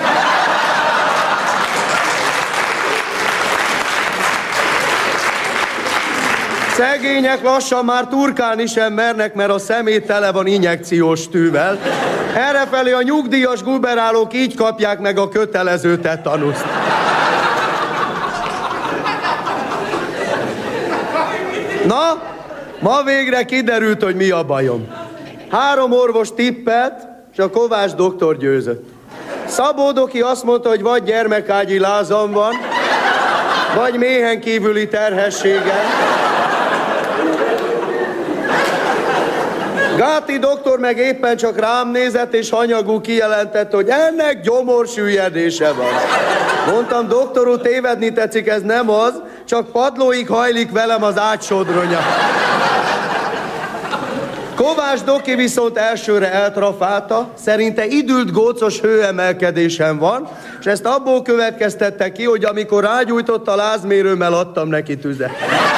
Szegények lassan már turkálni sem mernek, mert a szemét tele van injekciós tűvel. Errefelé a nyugdíjas guberálók így kapják meg a kötelező tetanuszt. Na, ma végre kiderült, hogy mi a bajom. Három orvos tippelt, és a Kovács doktor győzött. Szabó doki azt mondta, hogy vagy gyermekágyi lázam van, vagy méhen kívüli terhességgel. Gáti doktor meg éppen csak rám nézett, és hanyagú kijelentett, hogy ennek gyomorsüllyedése van. Mondtam, doktor úr, tévedni tetszik, ez nem az, csak padlóig hajlik velem az ágysodronya. Kovács doki viszont elsőre eltrafálta, szerinte idült gócos hőemelkedésem van, és ezt abból következtette ki, hogy amikor rágyújtott a lázmérőmmel, adtam neki tüzet.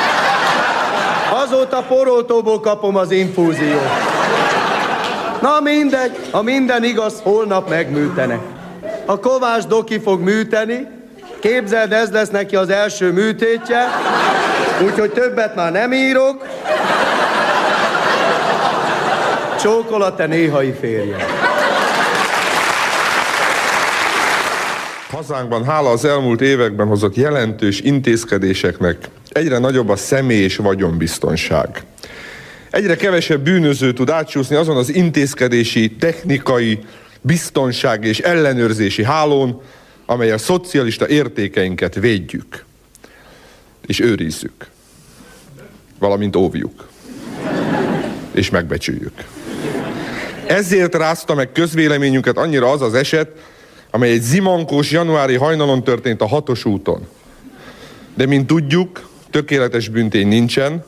Azóta poroltóból kapom az infúziót. Na mindegy, ha minden igaz, holnap megműtenek. A Kovács doki fog műteni, képzeld, ez lesz neki az első műtétje, úgyhogy többet már nem írok. Csókolat, te néhai férjem. Hazánkban hála az elmúlt években hozott jelentős intézkedéseknek egyre nagyobb a személy és vagyonbiztonság. Egyre kevesebb bűnöző tud átsúszni azon az intézkedési, technikai, biztonsági és ellenőrzési hálón, amely a szocialista értékeinket védjük és őrizzük, valamint óvjuk és megbecsüljük. Ezért rázta meg közvéleményünket annyira az az eset, amely egy zimankós januári hajnalon történt a hatos úton. De mint tudjuk, tökéletes bűntény nincsen,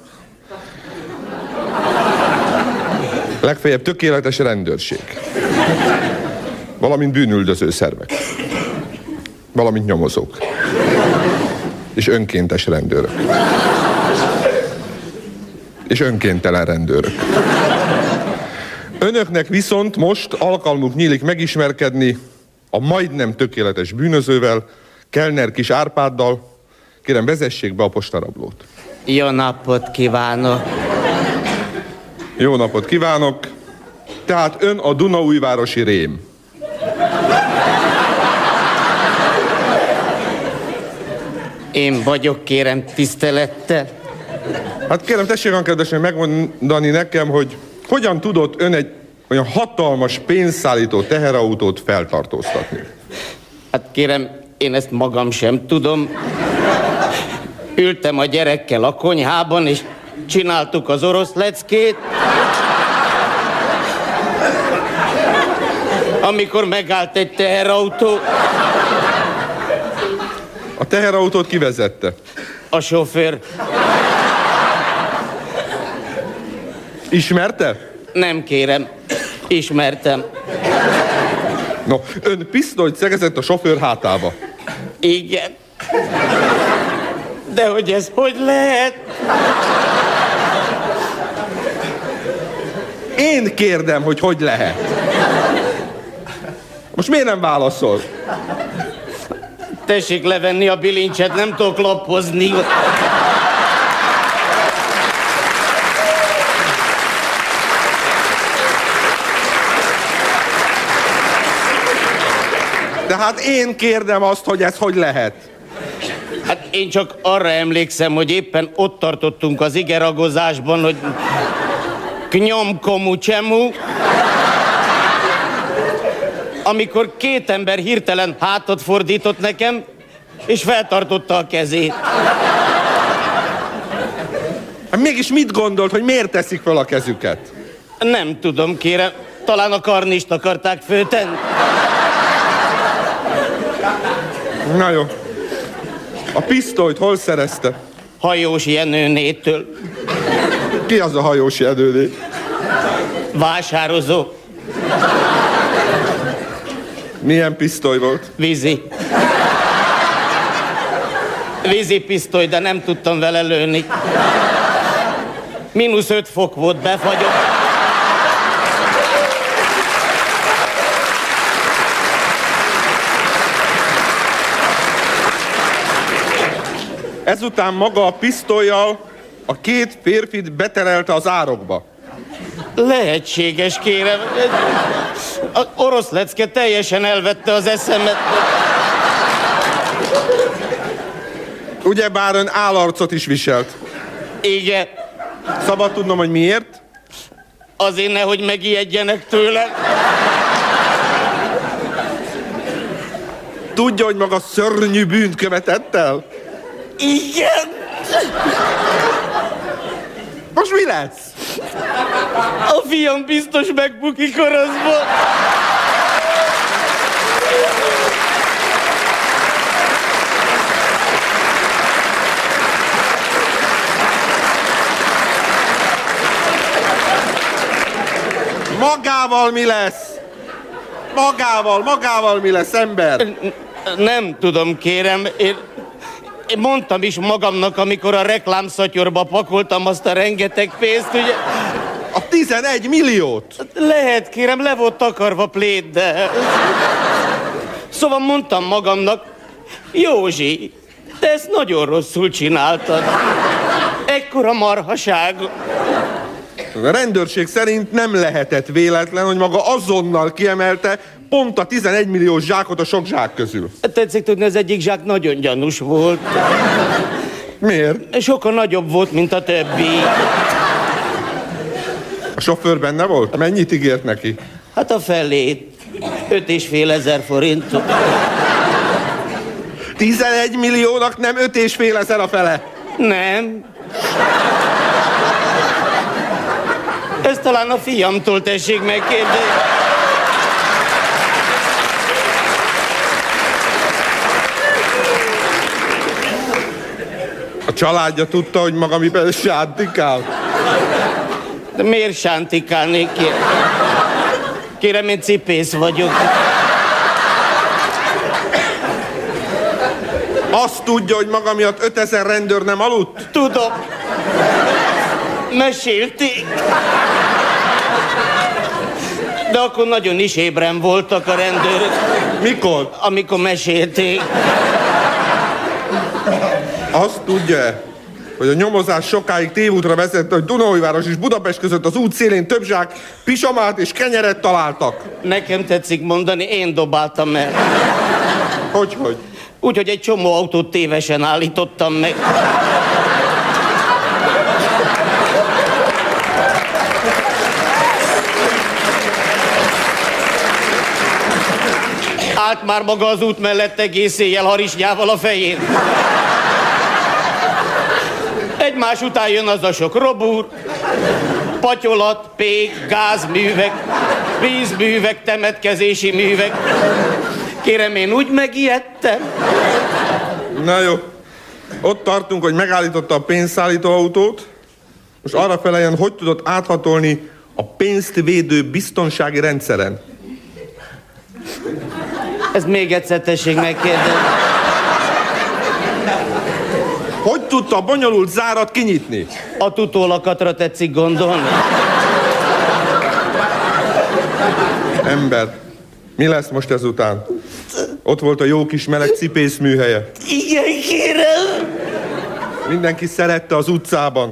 legfeljebb tökéletes rendőrség, valamint bűnüldöző szervek, valamint nyomozók és önkéntes rendőrök és önkéntelen rendőrök. Önöknek viszont most alkalmuk nyílik megismerkedni a majdnem tökéletes bűnözővel, Kellner Kis Árpáddal. Kérem, vezessék be a postarablót. Jó napot kívánok! Jó napot kívánok! Tehát ön a dunaújvárosi rém. Én vagyok, kérem, tisztelettel. Hát kérem, tessék olyan kedvesen megmondani nekem, hogy hogyan tudott ön egy olyan hatalmas pénzszállító teherautót feltartóztatni? Hát kérem, én ezt magam sem tudom. Ültem a gyerekkel a konyhában, és csináltuk az orosz leckét. Amikor megállt egy teherautó. A teherautót kivezette? A sofőr. Ismerte? Nem, kérem. Ismertem. No, ön pisztolyt szegezett a sofőr hátába. Igen. De hogy ez hogy lehet? Én kérdem, hogy hogy lehet. Most miért nem válaszol? Tessék levenni a bilincset, nem tudok lophozni. Tehát én kérdem azt, hogy ez hogy lehet. Hát én csak arra emlékszem, hogy éppen ott tartottunk az igeragozásban, hogy knyomkomu csemu, amikor két ember hirtelen hátat fordított nekem, és feltartotta a kezét. Hát mégis mit gondolt, hogy miért teszik fel a kezüket? Nem tudom, kérem. Talán a karnist akarták föltenni. Na jó. A pisztolyt hol szerezte? Hajós Jenőnétől. Ki az a Hajós Jenőné? Vásározó. Milyen pisztoly volt? Vízi. Vízi pisztoly, de nem tudtam vele lőni. Mínusz öt fok volt, befagyott. Ezután maga a pisztollyal a két férfit beterelte az árokba. Lehetséges, kérem. Az orosz lecke teljesen elvette az eszemet. Ugyebár ön állarcot is viselt. Igen. Szabad tudnom, hogy miért? Azért nehogy megijedjenek tőle. Tudja, hogy maga szörnyű bűnt követett el? Igen. Most mi lesz? A fiam biztos megbukik oroszból. Magával mi lesz? Magával, magával mi lesz, ember? Nem tudom, kérem. Én, én mondtam is magamnak, amikor a reklámszatyorba pakoltam azt a rengeteg pénzt, ugye... A tizenegy milliót? Lehet, kérem, le volt takarva pléddel. Szóval mondtam magamnak, Józsi, te ezt nagyon rosszul csináltad. Ekkora marhaság. A rendőrség szerint nem lehetett véletlen, hogy maga azonnal kiemelte, pont a tizenegy milliós zsákot a sok zsák közül. Tetszik tudni, az egyik zsák nagyon gyanús volt. Miért? Sokkal nagyobb volt, mint a többi. A sofőr benne volt? Mennyit ígért neki? Hát a felét. Öt és fél ezer forintot. tizenegy milliónak nem öt és fél ezer a fele? Nem. Ezt talán a fiamtól tessék megkérdezni. A családja tudta, hogy maga miben sántikál? De miért sántikálnék ki? Kérem, én cipész vagyok. Azt tudja, hogy maga miatt ötezer rendőr nem aludt? Tudom. Mesélték. De akkor nagyon is ébren voltak a rendőrök. Mikor? Amikor mesélték. Azt tudja, hogy a nyomozás sokáig tévútra vezet, hogy Dunaújváros és Budapest között az út szélén több zsák pisamát és kenyeret találtak. Nekem tetszik mondani, én dobáltam el. Hogyhogy? Úgy, hogy egy csomó autót tévesen állítottam meg. Állt már maga az út mellett egész éjjel harisnyával a fején. Egymás után jön az a sok robúr, patyolat, pék, gázművek, vízművek, temetkezési művek. Kérem, én úgy megijedtem. Na jó, ott tartunk, hogy megállította a pénzszállító autót. Most arra feleljen, hogy tudott áthatolni a pénzt védő biztonsági rendszeren. Ez még egyszer tessék megkérdezni. Hogy tudta a bonyolult zárat kinyitni? A tutólakatra tetszik gondolni. Ember, mi lesz most ezután? Ott volt a jó kis meleg cipész műhelye. Igen, kérem. Mindenki szerette az utcában.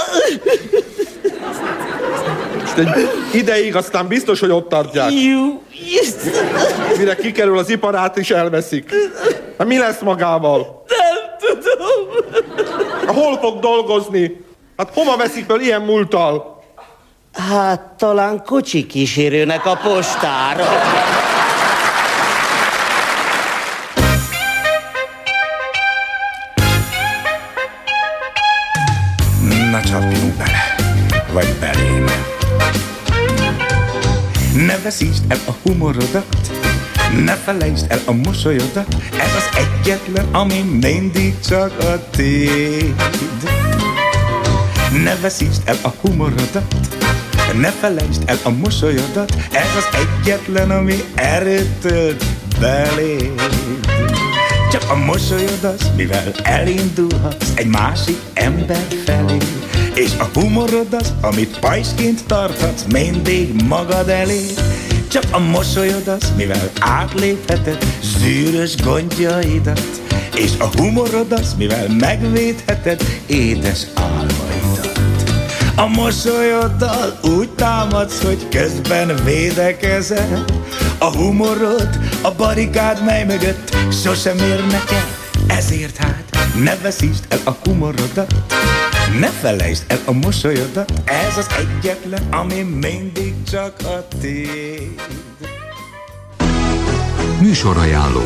Most egy ideig aztán biztos, hogy ott tartják. Jó. Mire kikerül az iparát is elveszik. Hát mi lesz magával? Nem tudom. Hol fog dolgozni? Hát hova veszik fel ilyen múlttal? Hát talán kocsi kísérőnek a postára. Na csapjunk bele, vagy belém. Ne veszítsd el a humorodat, ne felejtsd el a mosolyodat, ez az egyetlen, ami mindig csak a tiéd. Ne veszítsd el a humorodat, ne felejtsd el a mosolyodat, ez az egyetlen, ami erőt tölt beléd. Csak a mosolyod az, mivel elindulhatsz egy másik ember felé, és a humorod az, amit pajsként tarthatsz mindig magad elé. Csak a mosolyod az, mivel átlépheted zűrös gondjaidat, és a humorod az, mivel megvédheted édes álmaidat. A mosolyoddal úgy támadsz, hogy közben védekezel. A humorod a barikád, mely mögött sosem érnek el. Ezért hát ne veszítsd el a humorodat, ne felejtsd el a mosolyodat, ez az egyetlen, ami mindig csak a tiéd. Műsorajánló.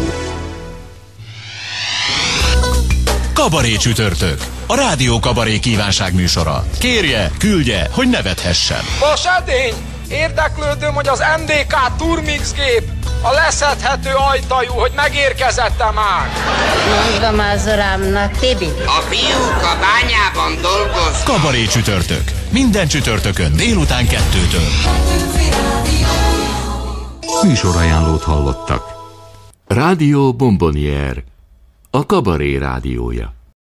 Kabaré csütörtök. A Rádió Kabaré kívánság műsora. Kérje, küldje, hogy nevethessen. Vas edény! Érdeklődöm, hogy az em dé ká Turmix gép, a leszedhető ajtajú, hogy megérkezette már. Mondom az uramnak, Tibi. A fiúk a bányában dolgoznak. Kabaré csütörtök. Minden csütörtökön délután kettőtől. Műsorajánlót hallottak. Rádió Bombonier. A Kabaré rádiója.